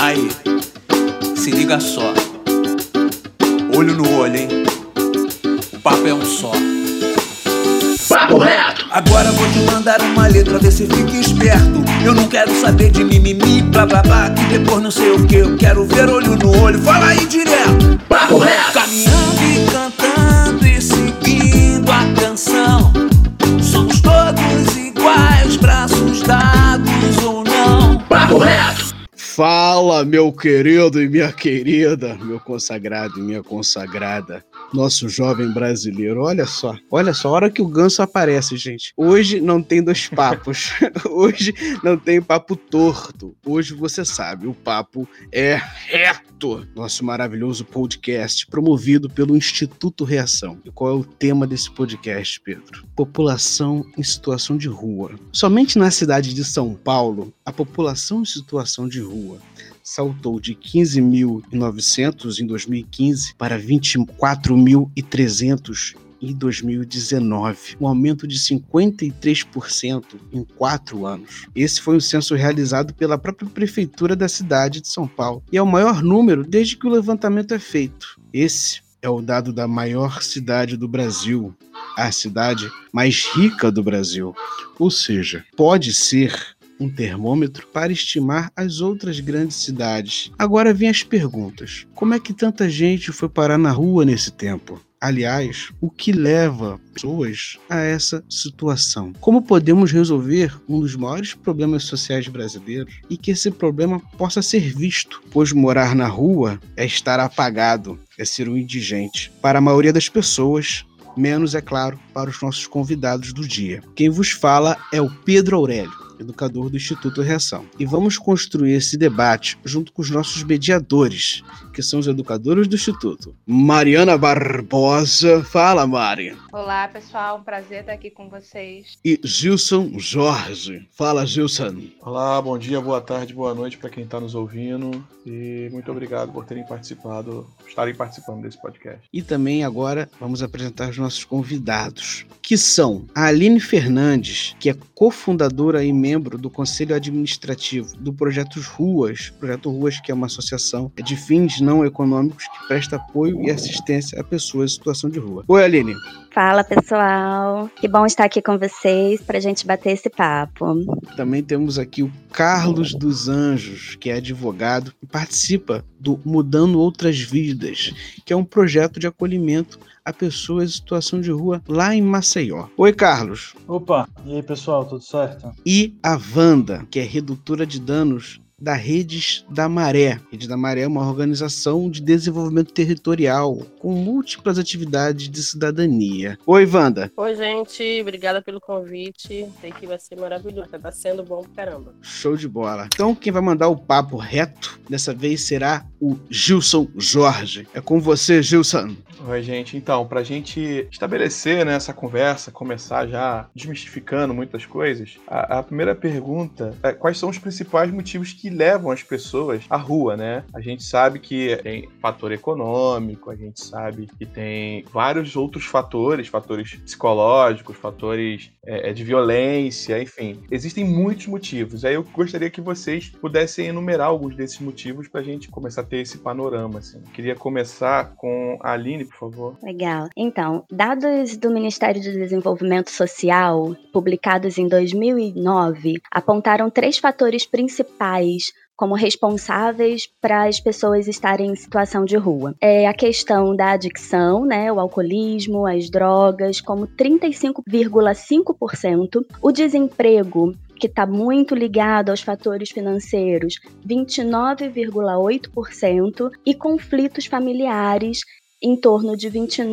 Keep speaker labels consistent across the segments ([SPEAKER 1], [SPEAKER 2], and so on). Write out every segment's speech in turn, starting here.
[SPEAKER 1] Aí, se liga só. Olho no olho, hein? O papo é um só. Papo reto! Agora vou te mandar uma letra, vê se fica esperto. Eu não quero saber de mimimi, blá blá blá, que depois não sei o que. Eu quero ver olho no olho, fala aí direto. Papo reto! Caminhando e cantando e seguindo a canção. Somos todos iguais, braços dados ou não. Papo reto!
[SPEAKER 2] Fala, meu querido e minha querida, meu consagrado e minha consagrada, nosso jovem brasileiro. Olha só, a hora que o ganso aparece, gente. Hoje não tem dois papos, hoje não tem papo torto. Hoje você sabe, o papo é reto. Nosso maravilhoso podcast, promovido pelo Instituto Reação. E qual é o tema desse podcast, Pedro? População em situação de rua. Somente na cidade de São Paulo, a população em situação de rua saltou de 15.900 em 2015 para 24.300 em 2019, um aumento de 53% em 4 anos. Esse foi um censo realizado pela própria prefeitura da cidade de São Paulo e é o maior número desde que o levantamento é feito. Esse é o dado da maior cidade do Brasil, a cidade mais rica do Brasil, ou seja, pode ser um termômetro para estimar as outras grandes cidades. Agora vêm as perguntas. Como é que tanta gente foi parar na rua nesse tempo? Aliás, o que leva pessoas a essa situação? Como podemos resolver um dos maiores problemas sociais brasileiros e que esse problema possa ser visto? Pois morar na rua é estar apagado, é ser um indigente. Para a maioria das pessoas, menos, é claro, para os nossos convidados do dia. Quem vos fala é o Pedro Aurélio, educador do Instituto Reação. E vamos construir esse debate junto com os nossos mediadores, que são os educadores do Instituto. Mariana Barbosa. Fala, Mari.
[SPEAKER 3] Olá, pessoal. Um prazer estar aqui com vocês.
[SPEAKER 2] E Gilson Jorge. Fala, Gilson.
[SPEAKER 4] Olá, bom dia, boa tarde, boa noite para quem está nos ouvindo. E muito obrigado por estarem participando desse podcast.
[SPEAKER 2] E também agora vamos apresentar os nossos convidados, que são a Aline Fernandes, que é cofundadora e membro do Conselho Administrativo do Projeto Ruas, que é uma associação de fins não econômicos que presta apoio e assistência a pessoas em situação de rua. Oi, Aline.
[SPEAKER 5] Fala, pessoal. Que bom estar aqui com vocês para a gente bater esse papo.
[SPEAKER 2] Também temos aqui o Carlos dos Anjos, que é advogado e participa do Mudando Outras Vidas, que é um projeto de acolhimento a pessoas em situação de rua lá em Maceió. Oi, Carlos.
[SPEAKER 6] Opa, e aí, pessoal, tudo certo?
[SPEAKER 2] E a Wanda, que é redutora de danos da Redes da Maré. Redes da Maré é uma organização de desenvolvimento territorial com múltiplas atividades de cidadania. Oi, Wanda.
[SPEAKER 7] Oi, gente. Obrigada pelo convite. Sei que vai ser maravilhoso. Tá sendo bom pra caramba.
[SPEAKER 2] Show de bola. Então, quem vai mandar o papo reto dessa vez será o Gilson Jorge. É com você, Gilson.
[SPEAKER 4] Oi, gente. Então, pra gente estabelecer, né, essa conversa, começar já desmistificando muitas coisas, a primeira pergunta é quais são os principais motivos que levam as pessoas à rua, né? A gente sabe que tem fator econômico, a gente sabe que tem vários outros fatores psicológicos, fatores de violência, enfim. Existem muitos motivos. Aí eu gostaria que vocês pudessem enumerar alguns desses motivos pra gente começar a ter esse panorama, assim. Queria começar com a Aline, por favor.
[SPEAKER 5] Legal. Então, dados do Ministério do Desenvolvimento Social, publicados em 2009, apontaram 3 fatores principais como responsáveis para as pessoas estarem em situação de rua. É a questão da adicção, né, o alcoolismo, as drogas, como 35,5%, o desemprego, que está muito ligado aos fatores financeiros, 29,8%, e conflitos familiares, em torno de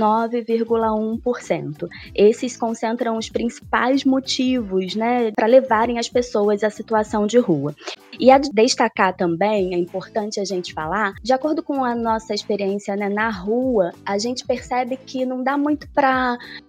[SPEAKER 5] 29,1%. Esses concentram os principais motivos, né, para levarem as pessoas à situação de rua. E a destacar também, é importante a gente falar, de acordo com a nossa experiência, né, na rua, a gente percebe que não dá muito para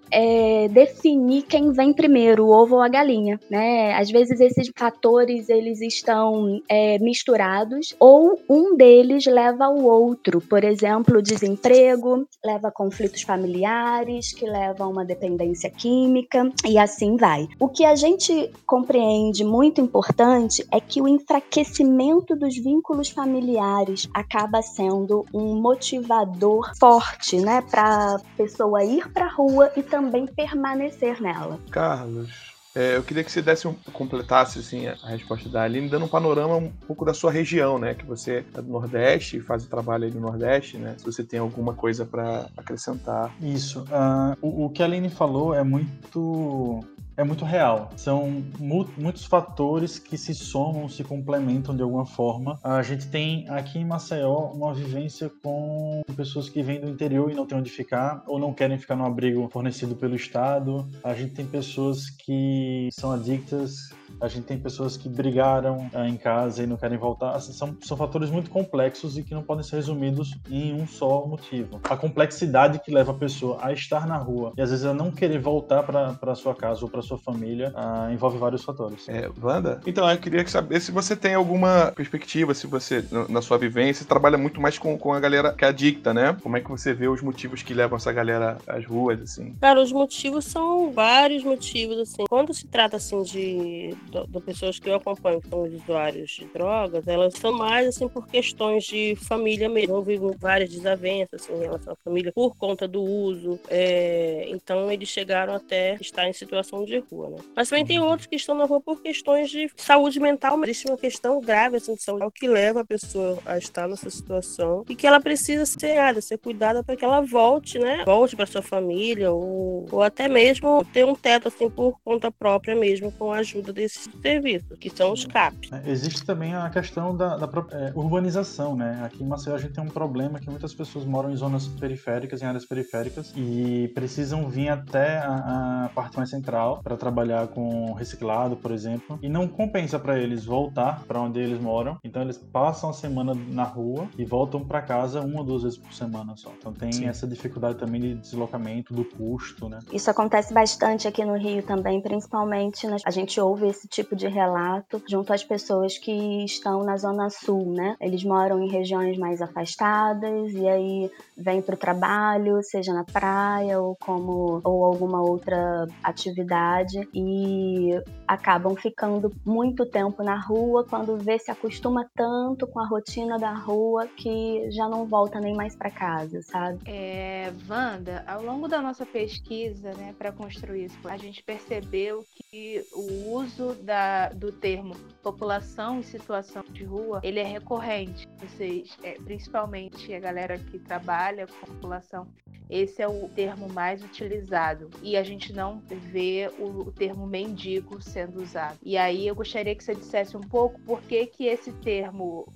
[SPEAKER 5] definir quem vem primeiro, o ovo ou a galinha, né? Às vezes esses fatores eles estão misturados ou um deles leva ao outro. Por exemplo, o desemprego leva a conflitos familiares, que levam a uma dependência química e assim vai. O que a gente compreende muito importante é que o enfraquecimento dos vínculos familiares acaba sendo um motivador forte, né, para a pessoa ir para a rua e também permanecer nela.
[SPEAKER 4] Carlos, eu queria que você completasse assim, a resposta da Aline, dando um panorama um pouco da sua região, né? Que você é do Nordeste, faz o trabalho aí no Nordeste, né? Se você tem alguma coisa para acrescentar.
[SPEAKER 6] Isso. O que a Aline falou é muito real. São muitos fatores que se somam, se complementam de alguma forma. A gente tem aqui em Maceió uma vivência com pessoas que vêm do interior e não têm onde ficar, ou não querem ficar no abrigo fornecido pelo Estado. A gente tem pessoas que são adictas. A gente tem pessoas que brigaram em casa e não querem voltar. Assim, são fatores muito complexos e que não podem ser resumidos em um só motivo. A complexidade que leva a pessoa a estar na rua e às vezes a não querer voltar para sua casa ou para sua família envolve vários fatores.
[SPEAKER 4] Wanda? Então, eu queria saber se você tem alguma perspectiva, se você, na sua vivência, trabalha muito mais com a galera que é adicta, né? Como é que você vê os motivos que levam essa galera às ruas, assim?
[SPEAKER 7] Cara, os motivos são vários motivos, assim. Quando se trata, assim, de pessoas que eu acompanho que são usuários de drogas, elas são mais, assim, por questões de família mesmo. Houve várias desavenças, assim, em relação à família por conta do uso. Então, eles chegaram até estar em situação de rua, né? Mas também tem outros que estão na rua por questões de saúde mental. Mas existe uma questão grave, assim, de saúde mental que leva a pessoa a estar nessa situação e que ela precisa ser cuidada para que ela volte, né? Volte para sua família ou até mesmo ter um teto, assim, por conta própria mesmo, com a ajuda desses serviços, que são os CAPs.
[SPEAKER 6] Existe também a questão da própria urbanização, né? Aqui em Maceió a gente tem um problema que muitas pessoas moram em zonas periféricas, em áreas periféricas, e precisam vir até a parte mais central para trabalhar com reciclado, por exemplo, e não compensa para eles voltar para onde eles moram, então eles passam a semana na rua e voltam para casa 1 ou 2 vezes por semana só. Então tem essa dificuldade também de deslocamento, do custo, né?
[SPEAKER 5] Isso acontece bastante aqui no Rio também, principalmente a gente ouve esse tipo de relato junto às pessoas que estão na Zona Sul, né? Eles moram em regiões mais afastadas e aí vêm para o trabalho, seja na praia ou alguma outra atividade e acabam ficando muito tempo na rua, quando se acostuma tanto com a rotina da rua que já não volta nem mais para casa, sabe?
[SPEAKER 3] Wanda, ao longo da nossa pesquisa, né, para construir isso, a gente percebeu que o uso do termo população em situação de rua, ele é recorrente. Vocês, principalmente a galera que trabalha com população, esse é o termo mais utilizado. E a gente não vê o termo mendigo sendo usado. E aí eu gostaria que você dissesse um pouco por que esse termo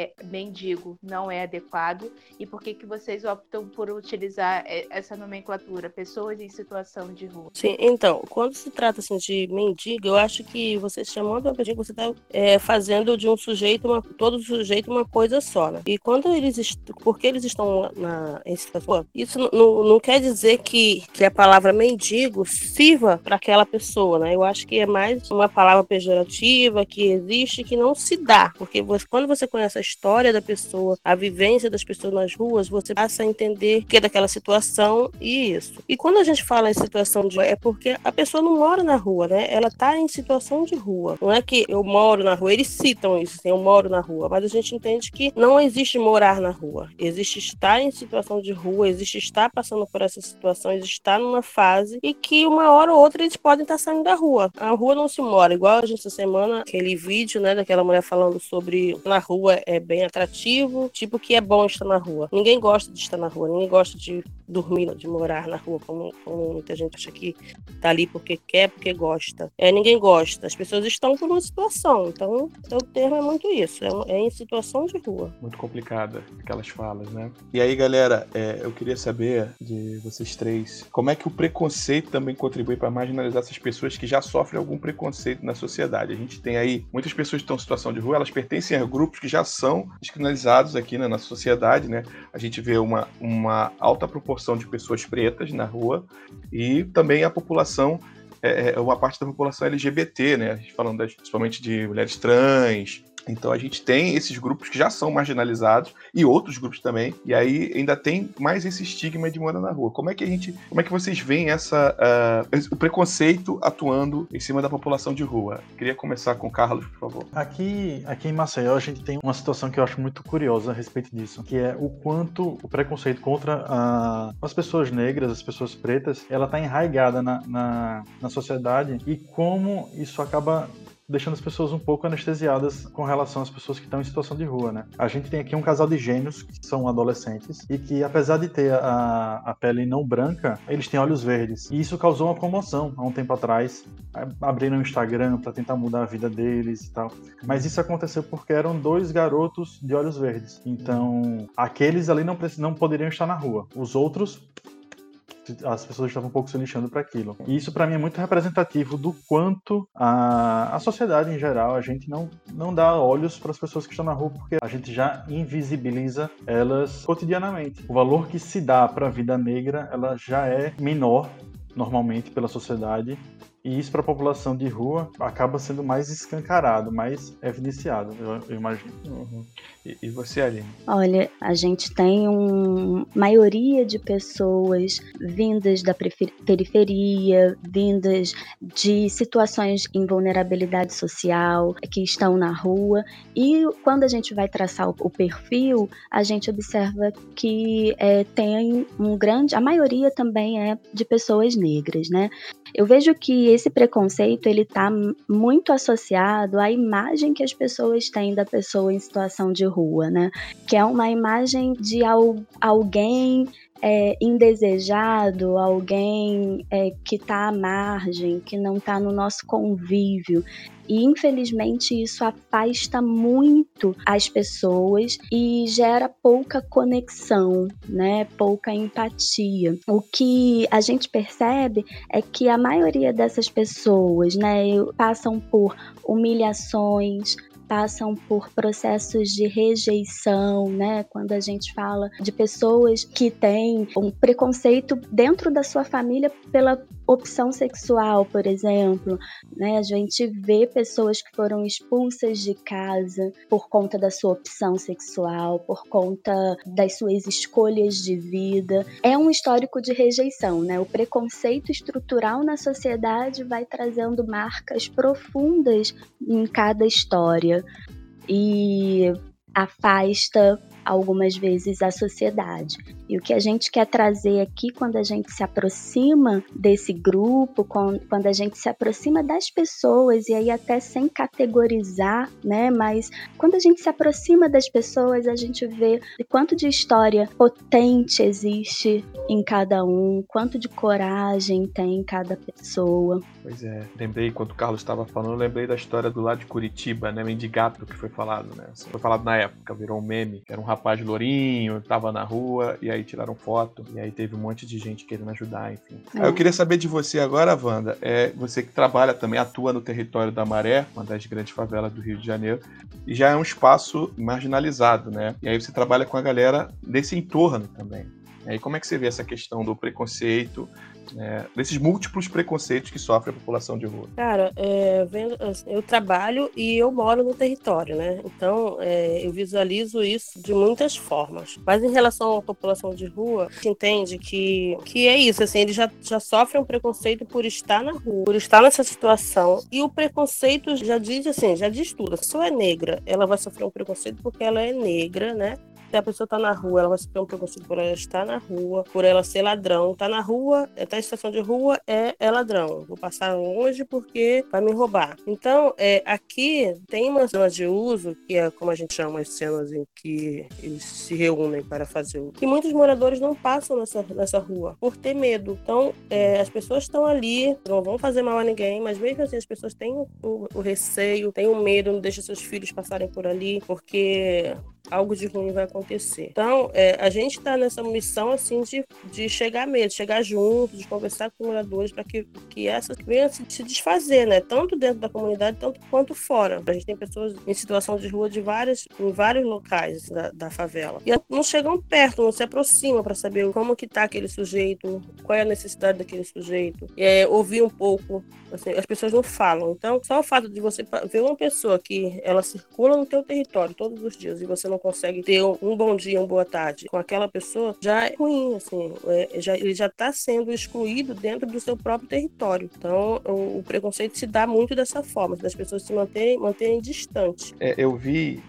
[SPEAKER 3] mendigo não é adequado e por que vocês optam por utilizar essa nomenclatura, pessoas em situação de rua.
[SPEAKER 7] Sim, então, quando se trata assim, de mendigo, eu acho que você chamando a mendigo, você está fazendo de um sujeito, todo sujeito uma coisa só, né? E quando porque eles estão em situação, isso não quer dizer que a palavra mendigo sirva para aquela pessoa, né? Eu acho que é mais uma palavra pejorativa que existe, que não se dá, porque quando você conhece a história da pessoa, a vivência das pessoas nas ruas, você passa a entender o que é daquela situação e isso. E quando a gente fala em situação de rua, é porque a pessoa não mora na rua, né? Ela tá em situação de rua. Não é que eu moro na rua, eles citam isso, assim, eu moro na rua, mas a gente entende que não existe morar na rua. Existe estar em situação de rua, existe estar passando por essa situação, existe estar numa fase e que uma hora ou outra eles podem estar saindo da rua. A rua não se mora, igual a gente essa semana, aquele vídeo, né, daquela mulher falando sobre na rua é bem atrativo, tipo que é bom estar na rua. Ninguém gosta de estar na rua, ninguém gosta de dormir, de morar na rua, como muita gente acha que tá ali porque quer, porque gosta. Ninguém gosta, as pessoas estão por uma situação, então o termo é muito isso, é em situação de rua.
[SPEAKER 4] Muito complicada aquelas falas, né? E aí, galera, eu queria saber de vocês três, como é que o preconceito também contribui para marginalizar essas pessoas que já sofrem algum preconceito na sociedade? A gente tem aí muitas pessoas que estão em situação de rua, elas pertencem a grupos que já são descriminalizados aqui na nossa sociedade, né? A gente vê uma alta proporção de pessoas pretas na rua e também a população, uma parte da população LGBT, né? A gente falando principalmente de mulheres trans. Então a gente tem esses grupos que já são marginalizados e outros grupos também, e aí ainda tem mais esse estigma de morar na rua. Como é que vocês veem o preconceito atuando em cima da população de rua? Queria começar com o Carlos, por favor.
[SPEAKER 6] Aqui em Maceió a gente tem uma situação que eu acho muito curiosa a respeito disso, que é o quanto o preconceito contra as pessoas negras, as pessoas pretas, ela está enraizada na sociedade, e como isso acaba deixando as pessoas um pouco anestesiadas com relação às pessoas que estão em situação de rua, né? A gente tem aqui um casal de gêmeos que são adolescentes e que, apesar de ter a pele não branca, eles têm olhos verdes. E isso causou uma comoção há um tempo atrás. Abriram o Instagram para tentar mudar a vida deles e tal. Mas isso aconteceu porque eram 2 garotos de olhos verdes. Então, aqueles ali não poderiam estar na rua. Os outros, as pessoas estavam um pouco se lixando para aquilo. E isso, para mim, é muito representativo do quanto a sociedade em geral, a gente não dá olhos para as pessoas que estão na rua, porque a gente já invisibiliza elas cotidianamente. O valor que se dá para a vida negra, ela já é menor, normalmente, pela sociedade. E isso para a população de rua acaba sendo mais escancarado, mais evidenciado, eu imagino.
[SPEAKER 4] Uhum. E você, Aline?
[SPEAKER 5] Olha, a gente tem uma maioria de pessoas vindas da periferia, vindas de situações em vulnerabilidade social, que estão na rua. E quando a gente vai traçar o perfil, a gente observa que tem a maioria também é de pessoas negras, né? Eu vejo que esse preconceito ele está muito associado à imagem que as pessoas têm da pessoa em situação de rua, né? Que é uma imagem de alguém indesejado, alguém que está à margem, que não está no nosso convívio. E, infelizmente, isso afasta muito as pessoas e gera pouca conexão, né? Pouca empatia. O que a gente percebe é que a maioria dessas pessoas, né, passam por humilhações, passam por processos de rejeição, né? Quando a gente fala de pessoas que têm um preconceito dentro da sua família pela opção sexual, por exemplo, né? A gente vê pessoas que foram expulsas de casa por conta da sua opção sexual, por conta das suas escolhas de vida. É um histórico de rejeição, né? O preconceito estrutural na sociedade vai trazendo marcas profundas em cada história e afasta algumas vezes a sociedade. E o que a gente quer trazer aqui quando a gente se aproxima desse grupo, quando a gente se aproxima das pessoas, e aí até sem categorizar, né? Mas quando a gente se aproxima das pessoas, a gente vê o quanto de história potente existe em cada um, quanto de coragem tem em cada pessoa.
[SPEAKER 4] Pois é, lembrei, enquanto o Carlos estava falando, eu lembrei da história do lado de Curitiba, né? Mendigato, que foi falado, né? Foi falado na época, virou um meme, que era um rapaz lourinho, tava na rua, e aí tiraram foto, e aí teve um monte de gente querendo ajudar, enfim. Aí eu queria saber de você agora, Wanda, você que trabalha também, atua no território da Maré, uma das grandes favelas do Rio de Janeiro, e já é um espaço marginalizado, né? E aí você trabalha com a galera desse entorno também. E aí como é que você vê essa questão do preconceito, desses múltiplos preconceitos que sofre a população de rua?
[SPEAKER 7] Cara, eu trabalho e eu moro no território, né? Então, eu visualizo isso de muitas formas. Mas em relação à população de rua, a gente entende que é isso, assim, eles já sofrem um preconceito por estar na rua, por estar nessa situação. E o preconceito já diz tudo. A pessoa é negra, ela vai sofrer um preconceito porque ela é negra, né? Se a pessoa tá na rua, ela vai sofrer um preconceito por ela estar na rua, por ela ser ladrão. Tá na rua, tá em situação de rua, é ladrão. Vou passar longe porque vai me roubar. Então, aqui tem uma zona de uso, que é como a gente chama as cenas em que eles se reúnem para fazer o... E muitos moradores não passam nessa rua por ter medo. Então, as pessoas estão ali, não vão fazer mal a ninguém, mas mesmo assim as pessoas têm o receio, têm o medo, não deixam seus filhos passarem por ali, porque algo de ruim vai acontecer. Então, a gente está nessa missão assim de chegar mesmo, de chegar junto, de conversar com os moradores para que essas venham se desfazer, né? Tanto dentro da comunidade, tanto quanto fora. A gente tem pessoas em situação de rua em vários locais da favela. E não chegam perto, não se aproximam para saber como que tá aquele sujeito, qual é a necessidade daquele sujeito. Ouvir um pouco. Assim, as pessoas não falam. Então, só o fato de você ver uma pessoa que ela circula no teu território todos os dias e você não consegue ter um bom dia, uma boa tarde com aquela pessoa, já é ruim, assim. Ele já está sendo excluído dentro do seu próprio território. Então, o preconceito se dá muito dessa forma, das pessoas se manterem distantes.
[SPEAKER 4] Eu vi,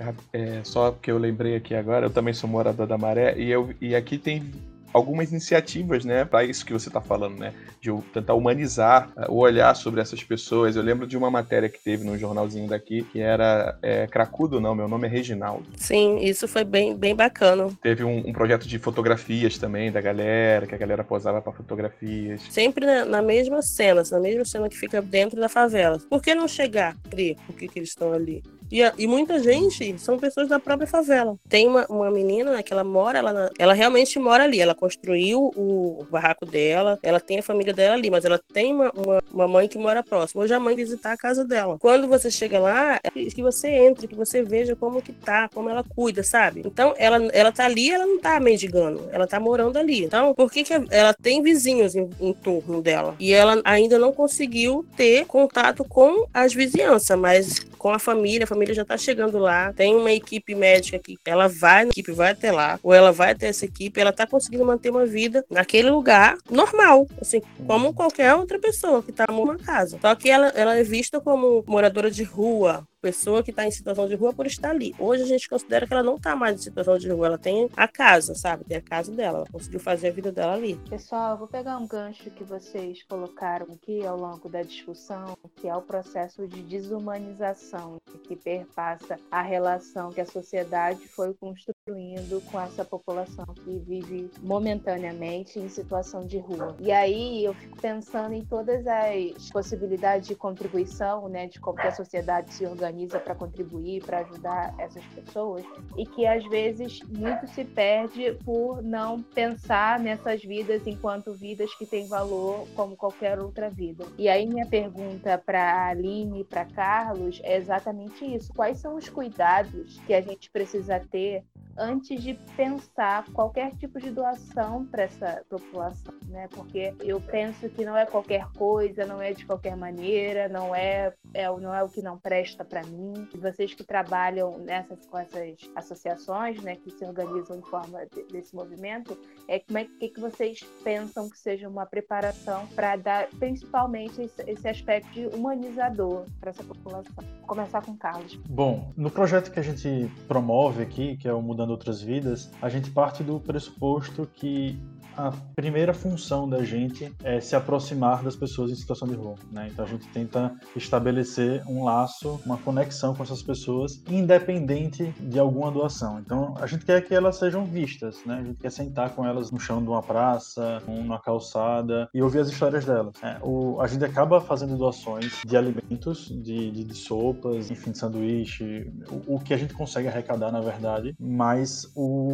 [SPEAKER 4] só porque eu lembrei aqui agora, eu também sou morador da Maré, e aqui tem algumas iniciativas, né, para isso que você está falando, né, de tentar humanizar o olhar sobre essas pessoas. Eu lembro de uma matéria que teve num jornalzinho daqui, que era Cracudo, não, meu nome é Reginaldo.
[SPEAKER 7] Sim, isso foi bem, bem bacana.
[SPEAKER 4] Teve um projeto de fotografias também da galera, que a galera posava para fotografias.
[SPEAKER 7] Sempre na mesma cena que fica dentro da favela. Por que não chegar, ver o que eles estão ali? E muita gente são pessoas da própria favela. Tem uma menina, né, que ela mora, ela realmente mora ali. Ela construiu o barraco dela, ela tem a família dela ali, mas ela tem uma mãe que mora próximo. Hoje a mãe visitar a casa dela. Quando você chega lá, que você entre, que você veja como que tá, como ela cuida, sabe? Então, ela tá ali, ela não tá mendigando, ela tá morando ali. Então, por que ela tem vizinhos em torno dela? E ela ainda não conseguiu ter contato com as vizinhanças, mas com a família já tá chegando lá, tem uma equipe médica que a equipe vai até lá, ou ela vai até essa equipe, ela tá conseguindo manter uma vida naquele lugar normal, assim, como qualquer outra pessoa que tá numa casa. Só que ela é vista como moradora de rua, pessoa que está em situação de rua por estar ali. Hoje a gente considera que ela não está mais em situação de rua, ela tem a casa, sabe? Tem a casa dela, ela conseguiu fazer a vida dela ali.
[SPEAKER 3] Pessoal, eu vou pegar um gancho que vocês colocaram aqui ao longo da discussão, que é o processo de desumanização, que perpassa a relação que a sociedade foi construindo com essa população que vive momentaneamente em situação de rua. E aí eu fico pensando em todas as possibilidades de contribuição, né, de como que a sociedade se organiza para contribuir, para ajudar essas pessoas, e que às vezes muito se perde por não pensar nessas vidas enquanto vidas que têm valor como qualquer outra vida. E aí minha pergunta para a Aline e para Carlos é exatamente isso: quais são os cuidados que a gente precisa ter antes de pensar qualquer tipo de doação para essa população, né? Porque eu penso que não é qualquer coisa, não é de qualquer maneira, não é o que não presta para mim. E vocês que trabalham com essas associações, né, que se organizam em forma desse movimento, como é que vocês pensam que seja uma preparação para dar principalmente esse aspecto de humanizador para essa população? Vou começar com o Carlos.
[SPEAKER 6] Bom, no projeto que a gente promove aqui, que é o Mudando Outras Vidas, a gente parte do pressuposto que a primeira função da gente é se aproximar das pessoas em situação de rua, né? Então a gente tenta estabelecer um laço, uma conexão com essas pessoas, independente de alguma doação. Então a gente quer que elas sejam vistas, né? A gente quer sentar com elas no chão de uma praça, numa calçada e ouvir as histórias delas. A gente acaba fazendo doações de alimentos, de sopas, enfim, de sanduíche, o que a gente consegue arrecadar, na verdade, mas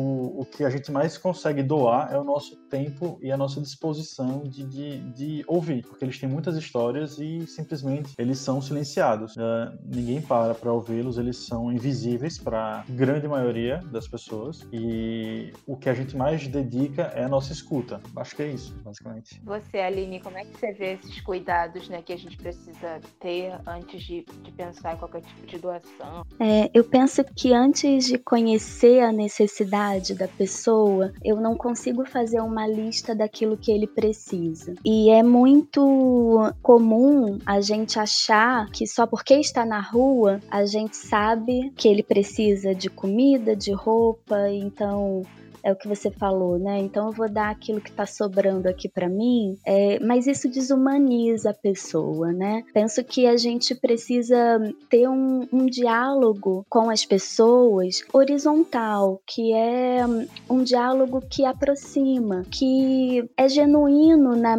[SPEAKER 6] o que a gente mais consegue doar é o nosso tempo e a nossa disposição de ouvir, porque eles têm muitas histórias e simplesmente eles são silenciados. Ninguém para ouvi-los, eles são invisíveis para a grande maioria das pessoas e o que a gente mais dedica é a nossa escuta. Acho que é isso, basicamente.
[SPEAKER 3] Você, Aline, como é que você vê esses cuidados, né, que a gente precisa ter antes de pensar em qualquer tipo de doação?
[SPEAKER 5] Eu penso que antes de conhecer a necessidade da pessoa, eu não consigo fazer uma lista daquilo que ele precisa. E é muito comum a gente achar que só porque está na rua, a gente sabe que ele precisa de comida, de roupa, então é o que você falou, né? Então eu vou dar aquilo que está sobrando aqui para mim, mas isso desumaniza a pessoa, né? Penso que a gente precisa ter um diálogo com as pessoas horizontal, que é um diálogo que aproxima, que é genuíno na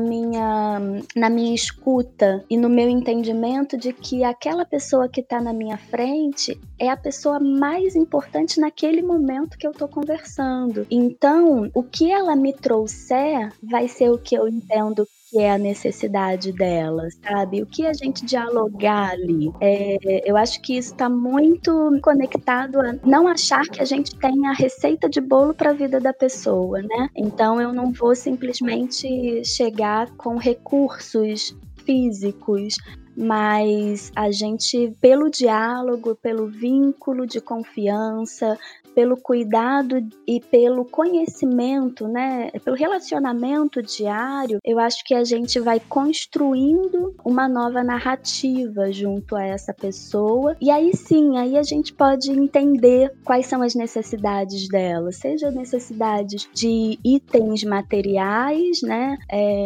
[SPEAKER 5] minha escuta e no meu entendimento de que aquela pessoa que está na minha frente é a pessoa mais importante naquele momento que eu estou conversando. Então, o que ela me trouxer vai ser o que eu entendo que é a necessidade dela, sabe? O que a gente dialogar ali. Eu acho que isso está muito conectado a não achar que a gente tem a receita de bolo para a vida da pessoa, né? Então eu não vou simplesmente chegar com recursos físicos, mas a gente, pelo diálogo, pelo vínculo de confiança, pelo cuidado e pelo conhecimento, né, pelo relacionamento diário, eu acho que a gente vai construindo uma nova narrativa junto a essa pessoa, e aí sim, aí a gente pode entender quais são as necessidades dela, seja necessidades de itens materiais, né,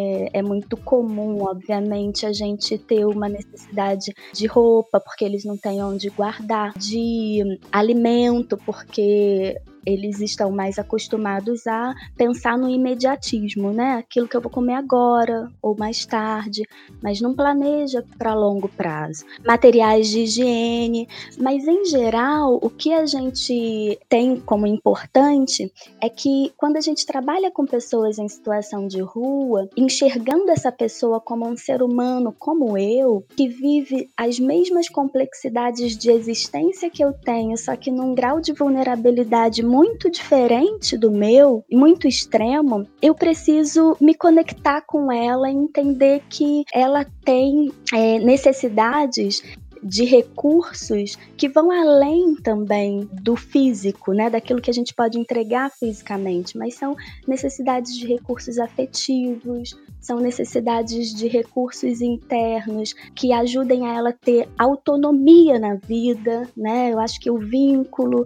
[SPEAKER 5] é muito comum, obviamente, a gente ter uma necessidade de roupa, porque eles não têm onde guardar, de alimento, porque eles estão mais acostumados a pensar no imediatismo, né? Aquilo que eu vou comer agora ou mais tarde, mas não planeja para longo prazo. Materiais de higiene, mas em geral, o que a gente tem como importante é que quando a gente trabalha com pessoas em situação de rua, enxergando essa pessoa como um ser humano como eu, que vive as mesmas complexidades de existência que eu tenho, só que num grau de vulnerabilidade muito diferente do meu, muito extremo, eu preciso me conectar com ela e entender que ela tem necessidades de recursos que vão além também do físico, né, daquilo que a gente pode entregar fisicamente, mas são necessidades de recursos afetivos, são necessidades de recursos internos que ajudem a ela ter autonomia na vida, né? Eu acho que o vínculo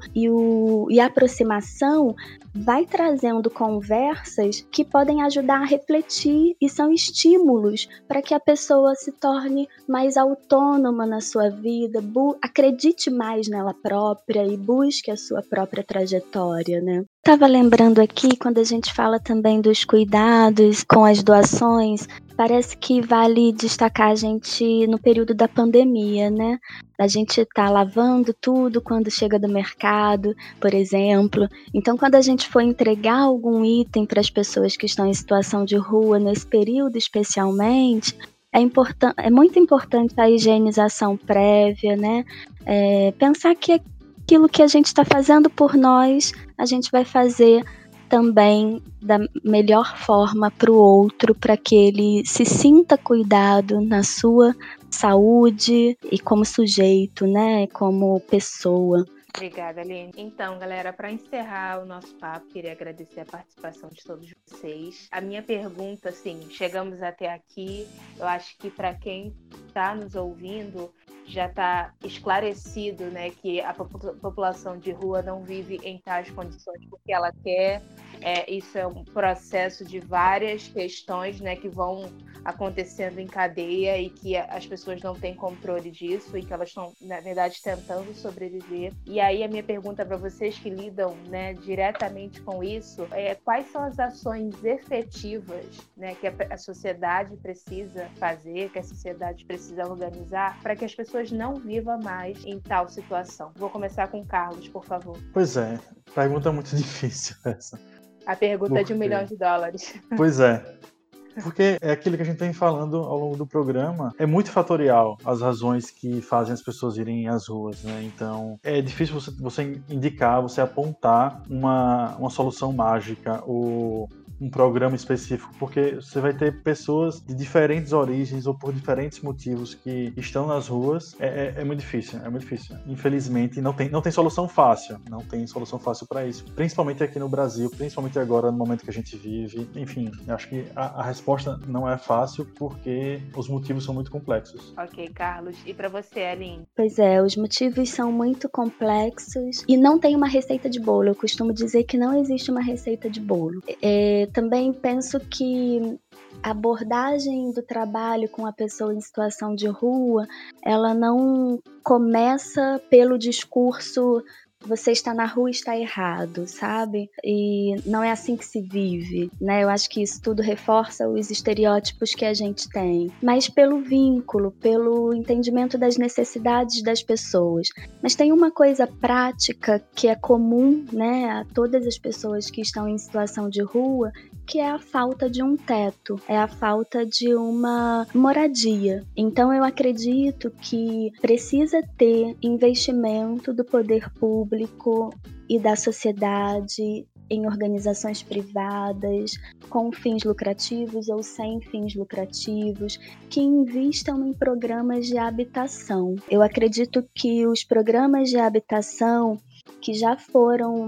[SPEAKER 5] e a aproximação vai trazendo conversas que podem ajudar a refletir e são estímulos para que a pessoa se torne mais autônoma na sua vida, acredite mais nela própria e busque a sua própria trajetória, né? Estava lembrando aqui, quando a gente fala também dos cuidados com as doações, parece que vale destacar a gente no período da pandemia, né? A gente tá lavando tudo quando chega do mercado, por exemplo. Então, quando a gente for entregar algum item para as pessoas que estão em situação de rua, nesse período especialmente, é muito importante a higienização prévia, né? Pensar que aquilo que a gente está fazendo por nós, a gente vai fazer também da melhor forma para o outro, para que ele se sinta cuidado na sua saúde e como sujeito, né? Como pessoa.
[SPEAKER 3] Obrigada, Aline. Então, galera, para encerrar o nosso papo, queria agradecer a participação de todos vocês. A minha pergunta, assim, chegamos até aqui, eu acho que para quem está nos ouvindo, já está esclarecido, né, que a população de rua não vive em tais condições porque ela quer. Isso é um processo de várias questões, né, que vão acontecendo em cadeia e que as pessoas não têm controle disso e que elas estão, na verdade, tentando sobreviver. E aí a minha pergunta para vocês que lidam, né, diretamente com isso quais são as ações efetivas, né, que a sociedade precisa fazer, que a sociedade precisa organizar para que as pessoas não vivam mais em tal situação? Vou começar com o Carlos, por favor.
[SPEAKER 6] Pois é, pergunta muito difícil essa.
[SPEAKER 3] A pergunta de $1 milhão.
[SPEAKER 6] Pois é. Porque é aquilo que a gente vem falando ao longo do programa, é muito fatorial as razões que fazem as pessoas irem às ruas, né? Então, é difícil você indicar, você apontar uma solução mágica ou um programa específico, porque você vai ter pessoas de diferentes origens ou por diferentes motivos que estão nas ruas. É muito difícil, Infelizmente, não tem solução fácil. Não tem solução fácil para isso. Principalmente aqui no Brasil, principalmente agora, no momento que a gente vive. Enfim, acho que a resposta não é fácil porque os motivos são muito complexos.
[SPEAKER 3] Ok, Carlos. E para você, Aline?
[SPEAKER 5] Pois é, os motivos são muito complexos e não tem uma receita de bolo. Eu costumo dizer que não existe uma receita de bolo. Também penso que a abordagem do trabalho com a pessoa em situação de rua, ela não começa pelo discurso você está na rua e está errado, sabe? E não é assim que se vive, né? Eu acho que isso tudo reforça os estereótipos que a gente tem. Mas pelo vínculo, pelo entendimento das necessidades das pessoas. Mas tem uma coisa prática que é comum, né, a todas as pessoas que estão em situação de rua, que é a falta de um teto, é a falta de uma moradia. Então eu acredito que precisa ter investimento do poder público e da sociedade em organizações privadas, com fins lucrativos ou sem fins lucrativos, que invistam em programas de habitação. Eu acredito que os programas de habitação que já foram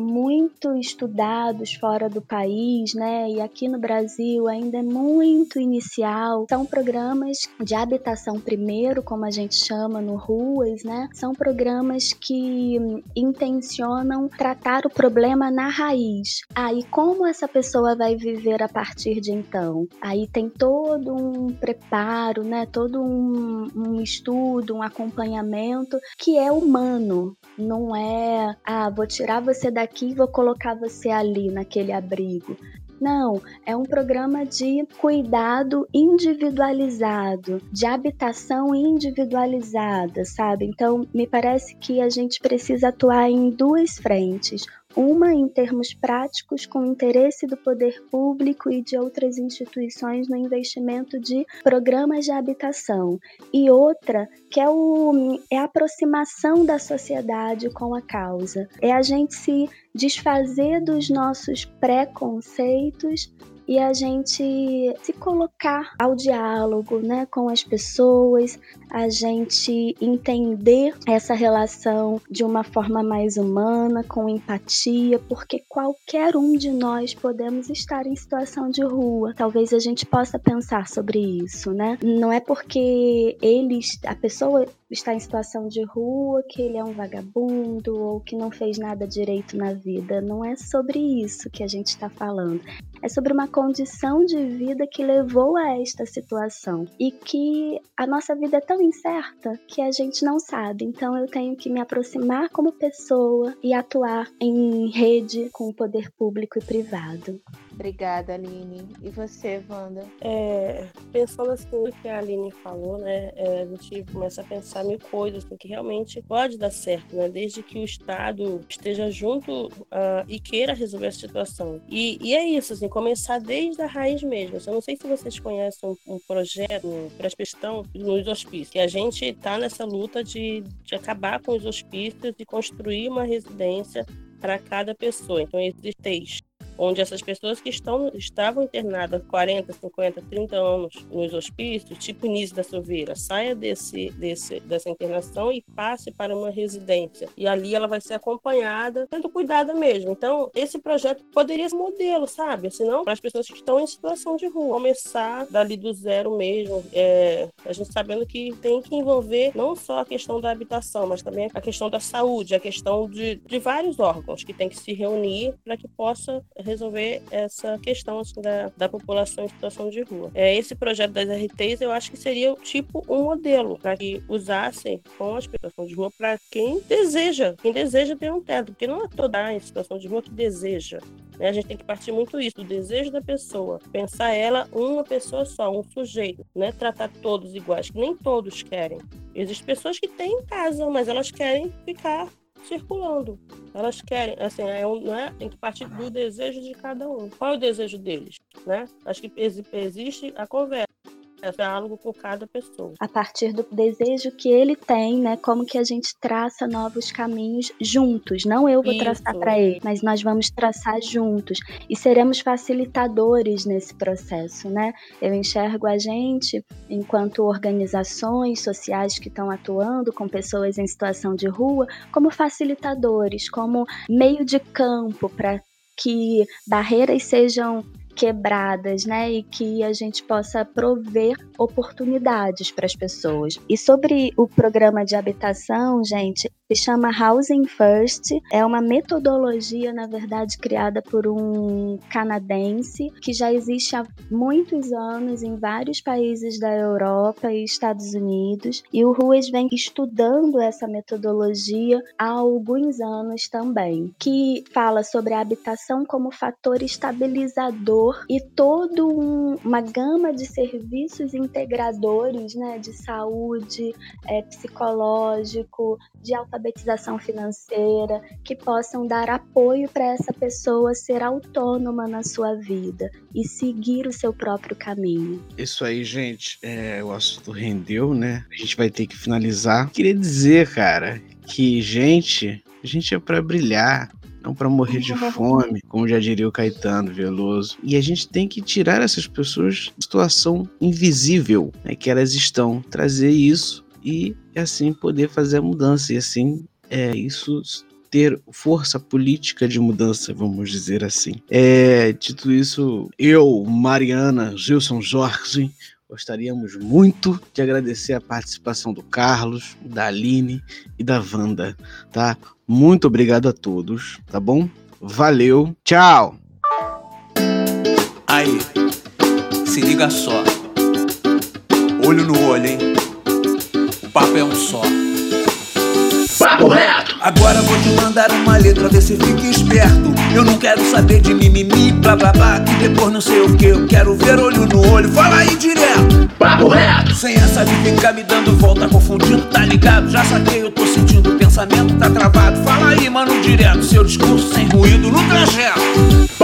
[SPEAKER 5] muito estudados fora do país, né? E aqui no Brasil ainda é muito inicial. São programas de habitação primeiro, como a gente chama no ruas, né? São programas que intencionam tratar o problema na raiz. E como essa pessoa vai viver a partir de então? Aí tem todo um preparo, né? Todo um estudo, um acompanhamento que é humano. Não é, vou tirar você daqui e vou colocar você ali naquele abrigo. Não, é um programa de cuidado individualizado, de habitação individualizada, sabe? Então, me parece que a gente precisa atuar em duas frentes. Uma em termos práticos, com o interesse do poder público e de outras instituições no investimento de programas de habitação. E outra, que é a aproximação da sociedade com a causa. É a gente se desfazer dos nossos preconceitos e a gente se colocar ao diálogo, né, com as pessoas, a gente entender essa relação de uma forma mais humana, com empatia, porque qualquer um de nós podemos estar em situação de rua. Talvez a gente possa pensar sobre isso, né? Não é porque a pessoa está em situação de rua que ele é um vagabundo ou que não fez nada direito na vida. Não é sobre isso que a gente está falando. É sobre uma condição de vida que levou a esta situação e que a nossa vida é tão incerta que a gente não sabe. Então eu tenho que me aproximar como pessoa e atuar em rede com o poder público e privado.
[SPEAKER 3] Obrigada, Aline. E você, Wanda?
[SPEAKER 7] Pensando assim no que a Aline falou, né, a gente começa a pensar mil coisas que realmente pode dar certo, né, desde que o Estado esteja junto e queira resolver a situação. E é isso, assim, começar desde a raiz mesmo. Eu não sei se vocês conhecem um projeto para as pessoas que estão nos hospícios, que a gente está nessa luta de acabar com os hospícios e construir uma residência para cada pessoa. Então, existem onde essas pessoas que estavam internadas 40, 50, 30 anos nos hospícios, tipo Início da Silveira, saia dessa internação e passe para uma residência. E ali ela vai ser acompanhada, sendo cuidada mesmo. Então, esse projeto poderia ser modelo, sabe? Assim, não para as pessoas que estão em situação de rua. Começar dali do zero mesmo. A gente sabendo que tem que envolver não só a questão da habitação, mas também a questão da saúde, a questão de vários órgãos que tem que se reunir para que possa resolver essa questão assim, da população em situação de rua. Esse projeto das RTs eu acho que seria tipo um modelo para que usassem com as pessoas de rua para quem deseja ter um teto, porque não é toda em situação de rua que deseja. Né? A gente tem que partir muito isso, do desejo da pessoa, pensar ela uma pessoa só, um sujeito, né? Tratar todos iguais, que nem todos querem. Existem pessoas que têm em casa, mas elas querem ficar circulando. Elas querem, assim, tem que partir do desejo de cada um. Qual é o desejo deles, né? Acho que existe a conversa. É diálogo com cada pessoa.
[SPEAKER 5] A partir do desejo que ele tem, né? Como que a gente traça novos caminhos juntos. Não eu vou traçar para ele, mas nós vamos traçar juntos. E seremos facilitadores nesse processo, né? Eu enxergo a gente, enquanto organizações sociais que estão atuando com pessoas em situação de rua, como facilitadores, como meio de campo para que barreiras sejam quebradas, né, e que a gente possa prover oportunidades para as pessoas. E sobre o programa de habitação, gente, se chama Housing First, é uma metodologia, na verdade, criada por um canadense, que já existe há muitos anos em vários países da Europa e Estados Unidos, e o Ruas vem estudando essa metodologia há alguns anos também, que fala sobre a habitação como fator estabilizador e toda uma gama de serviços integradores, né, de saúde, psicológico, de alfabetização financeira, que possam dar apoio para essa pessoa ser autônoma na sua vida e seguir o seu próprio caminho.
[SPEAKER 2] Isso aí, gente, o assunto rendeu, né? A gente vai ter que finalizar. Queria dizer, cara, que gente é para brilhar, não para morrer de fome, como já diria o Caetano Veloso. E a gente tem que tirar essas pessoas de situação invisível, né, que elas estão, trazer isso e assim poder fazer a mudança. E assim, isso ter força política de mudança, vamos dizer assim. Dito isso, eu, Mariana, Gilson Jorge, gostaríamos muito de agradecer a participação do Carlos, da Aline e da Wanda, tá? Muito obrigado a todos, tá bom? Valeu, tchau!
[SPEAKER 1] Aí, se liga só. Olho no olho, hein? O papo é um só. Papo reto! Agora vou te mandar uma letra, vê se fica esperto. Eu não quero saber de mimimi, blá blá blá, que depois não sei o que. Eu quero ver olho no olho, fala aí direto. Papo reto! Sem essa de ficar me dando volta, confundindo, tá ligado? Já saquei, eu tô sentindo, o pensamento tá travado. Fala aí, mano, direto, seu discurso sem ruído no trajeto.